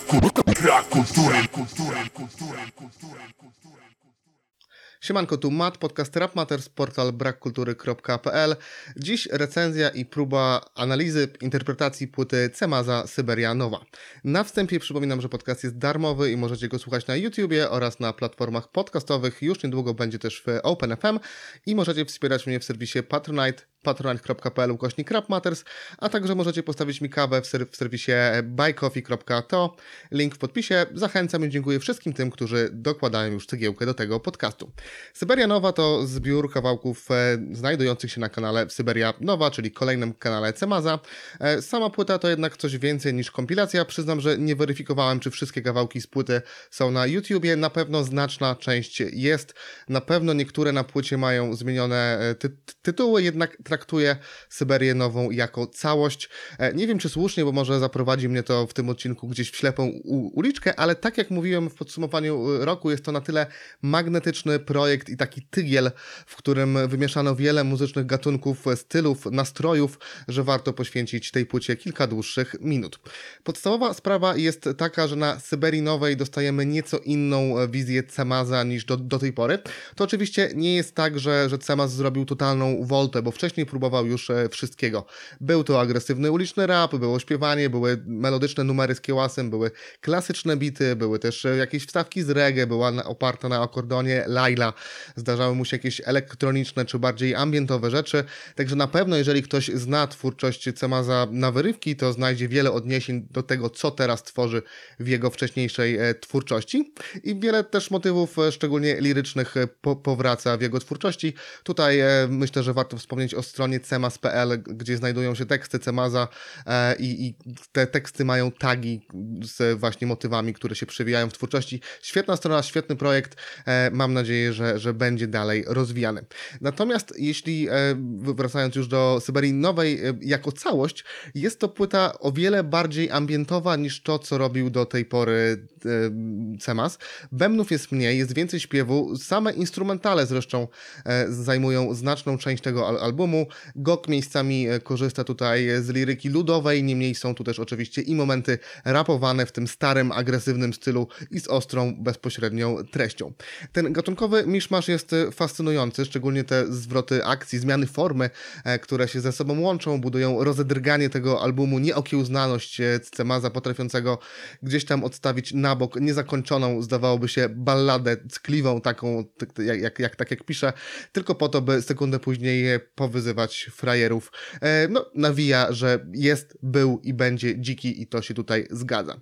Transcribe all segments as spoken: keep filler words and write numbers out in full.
Brak kultury, kultury, kultury, kultury, kultury. Siemanko, tu Matt, podcast Rap Matters, portal brak kultury kropka p l. Dziś recenzja i próba analizy, interpretacji płyty Cemaza Syberia Nowa. Na wstępie przypominam, że podcast jest darmowy i możecie go słuchać na YouTubie oraz na platformach podcastowych. Już niedługo będzie też w Open F M i możecie wspierać mnie w serwisie Patronite, patronite kropka p l ukośnik Rap Matters, a także możecie postawić mi kawę w, ser- w serwisie buy coffee kropka to. Link w podpisie. Zachęcam i dziękuję wszystkim tym, którzy dokładają już cegiełkę do tego podcastu. Syberia Nowa to zbiór kawałków e, znajdujących się na kanale Syberia Nowa, czyli kolejnym kanale Cemaza. E, sama płyta to jednak coś więcej niż kompilacja. Przyznam, że nie weryfikowałem, czy wszystkie kawałki z płyty są na YouTubie. Na pewno znaczna część jest. Na pewno niektóre na płycie mają zmienione e, ty- tytuły, jednak traktuję Syberię Nową jako całość. E, nie wiem, czy słusznie, bo może zaprowadzi mnie to w tym odcinku gdzieś w ślepą u- uliczkę, ale tak jak mówiłem w podsumowaniu roku, jest to na tyle magnetyczny projekt i taki tygiel, w którym wymieszano wiele muzycznych gatunków, stylów, nastrojów, że warto poświęcić tej płycie kilka dłuższych minut. Podstawowa sprawa jest taka, że na Syberii Nowej dostajemy nieco inną wizję Cemaza niż do, do tej pory. To oczywiście nie jest tak, że, że Cemaz zrobił totalną woltę, bo wcześniej próbował już wszystkiego. Był to agresywny uliczny rap, było śpiewanie, były melodyczne numery z kiełasem, były klasyczne bity, były też jakieś wstawki z reggae, była na, oparta na akordeonie Laila. Zdarzały mu się jakieś elektroniczne czy bardziej ambientowe rzeczy, także na pewno jeżeli ktoś zna twórczość Cemaza na wyrywki, to znajdzie wiele odniesień do tego, co teraz tworzy w jego wcześniejszej e, twórczości i wiele też motywów, e, szczególnie lirycznych, e, po, powraca w jego twórczości. Tutaj e, myślę, że warto wspomnieć o stronie cemaz kropka p l, gdzie znajdują się teksty Cemaza e, i, i te teksty mają tagi z właśnie motywami, które się przewijają w twórczości. Świetna strona, świetny projekt. E, mam nadzieję, że, że będzie dalej rozwijany. Natomiast jeśli, wracając już do Syberii Nowej jako całość, jest to płyta o wiele bardziej ambientowa niż to, co robił do tej pory Cemaz. Bębnów jest mniej, jest więcej śpiewu, same instrumentale zresztą zajmują znaczną część tego al- albumu. Gok miejscami korzysta tutaj z liryki ludowej, niemniej są tu też oczywiście i momenty rapowane w tym starym, agresywnym stylu i z ostrą, bezpośrednią treścią. Ten gatunkowy miszmasz jest fascynujący, szczególnie te zwroty akcji, zmiany formy, e, które się ze sobą łączą, budują rozedrganie tego albumu, nieokiełznaność Cemaza, potrafiącego gdzieś tam odstawić na bok niezakończoną, zdawałoby się, balladę ckliwą, taką jak, jak, jak, tak jak pisze, tylko po to, by sekundę później powyzywać frajerów. E, no, nawija, że jest, był i będzie dziki i to się tutaj zgadza.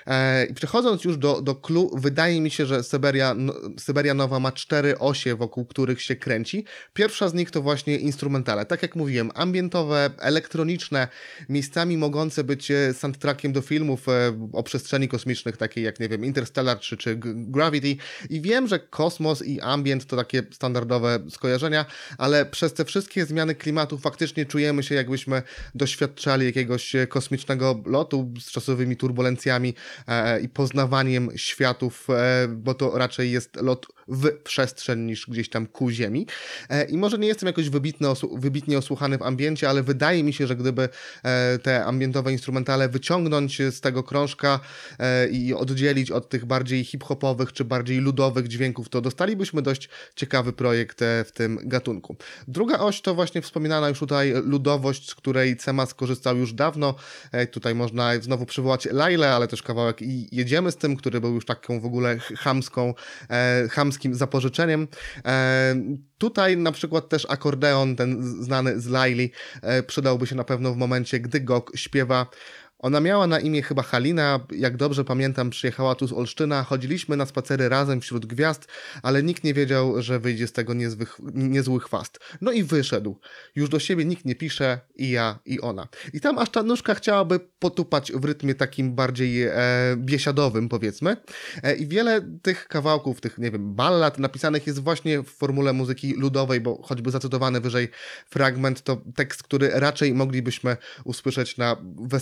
E, przechodząc już do, do clue, wydaje mi się, że Syberia, no, Syberia Nowa ma cztery osie, wokół których się kręci. Pierwsza z nich to właśnie instrumentale. Tak jak mówiłem, ambientowe, elektroniczne, miejscami mogące być soundtrackiem do filmów o przestrzeni kosmicznych, takiej jak, nie wiem, Interstellar czy, czy Gravity. I wiem, że kosmos i ambient to takie standardowe skojarzenia, ale przez te wszystkie zmiany klimatu faktycznie czujemy się, jakbyśmy doświadczali jakiegoś kosmicznego lotu z czasowymi turbulencjami e, i poznawaniem światów, e, bo to raczej jest lot w przestrzeń niż gdzieś tam ku ziemi. E, I może nie jestem jakoś wybitny, osu- wybitnie osłuchany w ambiencie, ale wydaje mi się, że gdyby e, te ambientowe instrumentale wyciągnąć z tego krążka e, i oddzielić od tych bardziej hip-hopowych czy bardziej ludowych dźwięków, to dostalibyśmy dość ciekawy projekt e, w tym gatunku. Druga oś to właśnie wspominana już tutaj ludowość, z której Cemaz korzystał już dawno. E, tutaj można znowu przywołać Lailę, ale też kawałek i Jedziemy z tym, który był już taką w ogóle chamską, e, chamskim zapożyczeniem. E, tutaj na przykład też akordeon, ten znany z Laili, e, przydałby się na pewno w momencie, gdy Gok śpiewa. Ona miała na imię chyba Halina, jak dobrze pamiętam, przyjechała tu z Olsztyna, chodziliśmy na spacery razem wśród gwiazd, ale nikt nie wiedział, że wyjdzie z tego niezły, niezły chwast. No i wyszedł. Już do siebie nikt nie pisze, i ja, i ona. I tam aż ta nóżka chciałaby potupać w rytmie takim bardziej e, biesiadowym, powiedzmy. E, I wiele tych kawałków, tych, nie wiem, ballad napisanych jest właśnie w formule muzyki ludowej, bo choćby zacytowany wyżej fragment to tekst, który raczej moglibyśmy usłyszeć na weselu,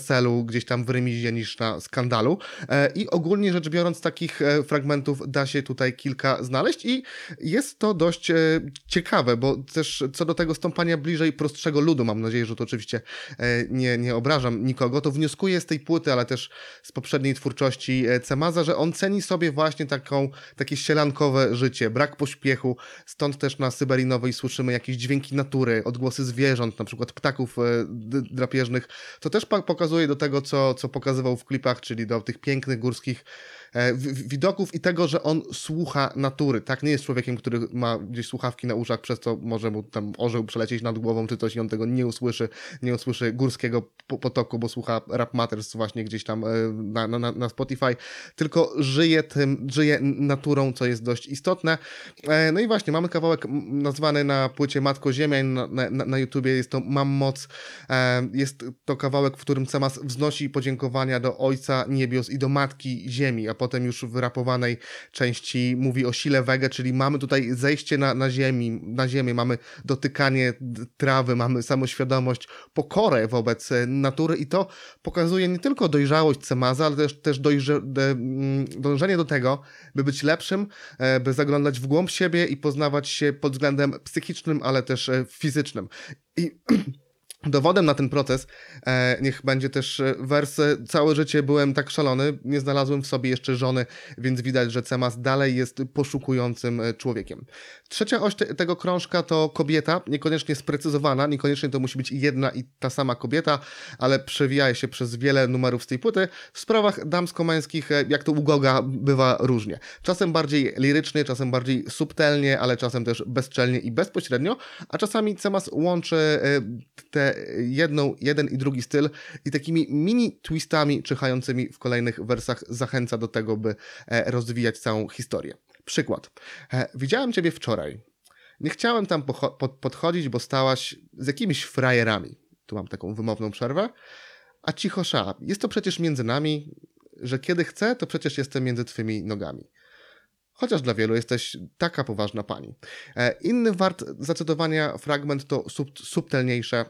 gdzieś tam w remizie niż na Skandalu. E, I ogólnie rzecz biorąc takich e, fragmentów da się tutaj kilka znaleźć i jest to dość e, ciekawe, bo też co do tego stąpania bliżej prostszego ludu, mam nadzieję, że to oczywiście e, nie, nie obrażam nikogo, to wnioskuję z tej płyty, ale też z poprzedniej twórczości e, Cemaza, że on ceni sobie właśnie taką, takie sielankowe życie, brak pośpiechu, stąd też na Syberii Nowej słyszymy jakieś dźwięki natury, odgłosy zwierząt, na przykład ptaków e, d- drapieżnych, to też pa- pokazuje do tego, co, co pokazywał w klipach, czyli do tych pięknych górskich e, w- widoków i tego, że on słucha natury, tak? Nie jest człowiekiem, który ma gdzieś słuchawki na uszach, przez co może mu tam orzeł przelecieć nad głową czy coś i on tego nie usłyszy, nie usłyszy górskiego po- potoku, bo słucha Rap Matters właśnie gdzieś tam e, na, na, na Spotify, tylko żyje tym, żyje naturą, co jest dość istotne. E, no i właśnie, mamy kawałek m, nazwany na płycie Matko Ziemia, na, na, na YouTubie jest to Mam Moc. E, jest to kawałek, w którym Cemas wznosi podziękowania do Ojca Niebios i do Matki Ziemi, a potem już w rapowanej części mówi o sile wege, czyli mamy tutaj zejście na, na ziemi, na ziemię, mamy dotykanie d- trawy, mamy samoświadomość, pokorę wobec e, natury i to pokazuje nie tylko dojrzałość Cemaza, ale też, też dojrze, de, mm, dążenie do tego, by być lepszym, e, by zaglądać w głąb siebie i poznawać się pod względem psychicznym, ale też e, fizycznym. I dowodem na ten proces e, niech będzie też e, wers e, całe życie byłem tak szalony, nie znalazłem w sobie jeszcze żony, więc widać, że Cemas dalej jest poszukującym e, człowiekiem. Trzecia oś te, tego krążka to kobieta, niekoniecznie sprecyzowana, niekoniecznie to musi być jedna i ta sama kobieta, ale przewija się przez wiele numerów z tej płyty. W sprawach damsko-męskich, e, jak to u Goga, bywa różnie. Czasem bardziej lirycznie, czasem bardziej subtelnie, ale czasem też bezczelnie i bezpośrednio, a czasami Cemas łączy e, te jedną, jeden i drugi styl i takimi mini twistami czyhającymi w kolejnych wersach zachęca do tego, by e, rozwijać całą historię. Przykład. E, widziałem ciebie wczoraj. Nie chciałem tam pocho- pod- podchodzić, bo stałaś z jakimiś frajerami. Tu mam taką wymowną przerwę. A cicho sza, jest to przecież między nami, że kiedy chcę, to przecież jestem między twymi nogami. Chociaż dla wielu jesteś taka poważna pani. E, inny wart zacytowania fragment to sub- subtelniejsze.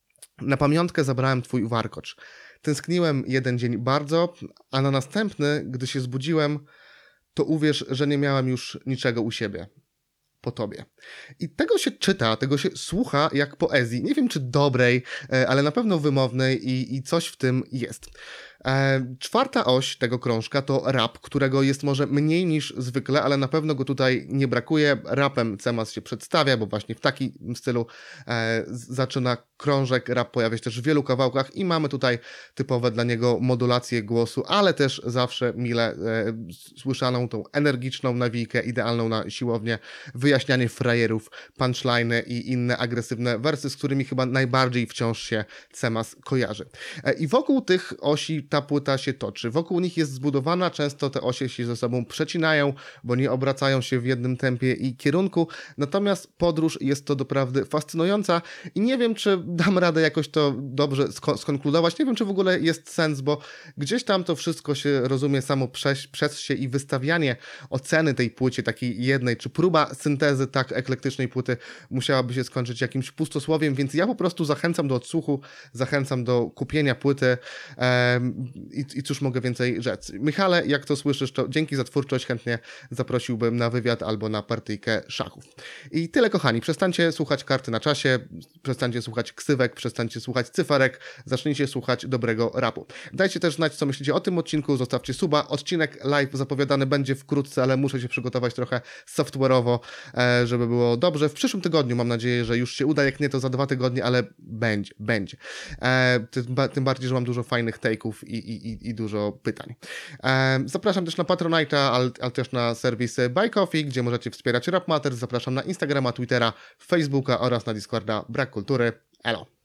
Na pamiątkę zabrałem twój warkocz. Tęskniłem jeden dzień bardzo, a na następny, gdy się zbudziłem, to uwierz, że nie miałem już niczego u siebie. Po tobie. I tego się czyta, tego się słucha jak poezji. Nie wiem, czy dobrej, e, ale na pewno wymownej i, i coś w tym jest. E, czwarta oś tego krążka to rap, którego jest może mniej niż zwykle, ale na pewno go tutaj nie brakuje. Rapem Cemas się przedstawia, bo właśnie w takim stylu e, zaczyna krążek. Rap pojawia się też w wielu kawałkach i mamy tutaj typowe dla niego modulacje głosu, ale też zawsze mile e, słyszaną tą energiczną nawijkę, idealną na siłownię, wyjaśnianie frajerów, punchline'y i inne agresywne wersy, z którymi chyba najbardziej wciąż się Cemas kojarzy. E, I wokół tych osi ta płyta się toczy. Wokół nich jest zbudowana, często te osie się ze sobą przecinają, bo nie obracają się w jednym tempie i kierunku, natomiast podróż jest to doprawdy fascynująca i nie wiem, czy dam radę jakoś to dobrze sko- skonkludować, nie wiem, czy w ogóle jest sens, bo gdzieś tam to wszystko się rozumie samo przez, przez się i wystawianie oceny tej płycie, takiej jednej, czy próba syntezy tak eklektycznej płyty musiałaby się skończyć jakimś pustosłowiem, więc ja po prostu zachęcam do odsłuchu, zachęcam do kupienia płyty em, i, i cóż mogę więcej rzec. Michale, jak to słyszysz, to dzięki za twórczość, chętnie zaprosiłbym na wywiad albo na partyjkę szachów. I tyle, kochani, przestańcie słuchać Karty na czasie, przestańcie słuchać ksywek, przestańcie słuchać cyferek, zacznijcie słuchać dobrego rapu. Dajcie też znać, co myślicie o tym odcinku, zostawcie suba, odcinek live zapowiadany będzie wkrótce, ale muszę się przygotować trochę software'owo, e, żeby było dobrze. W przyszłym tygodniu mam nadzieję, że już się uda, jak nie to za dwa tygodnie, ale będzie, będzie. E, tym, tym bardziej, że mam dużo fajnych take'ów i, i, i, i dużo pytań. E, zapraszam też na Patronite'a, ale, ale też na serwis Buy Coffee, gdzie możecie wspierać Rap Matters. Zapraszam na Instagrama, Twittera, Facebooka oraz na Discorda Brak Kultury. Elo.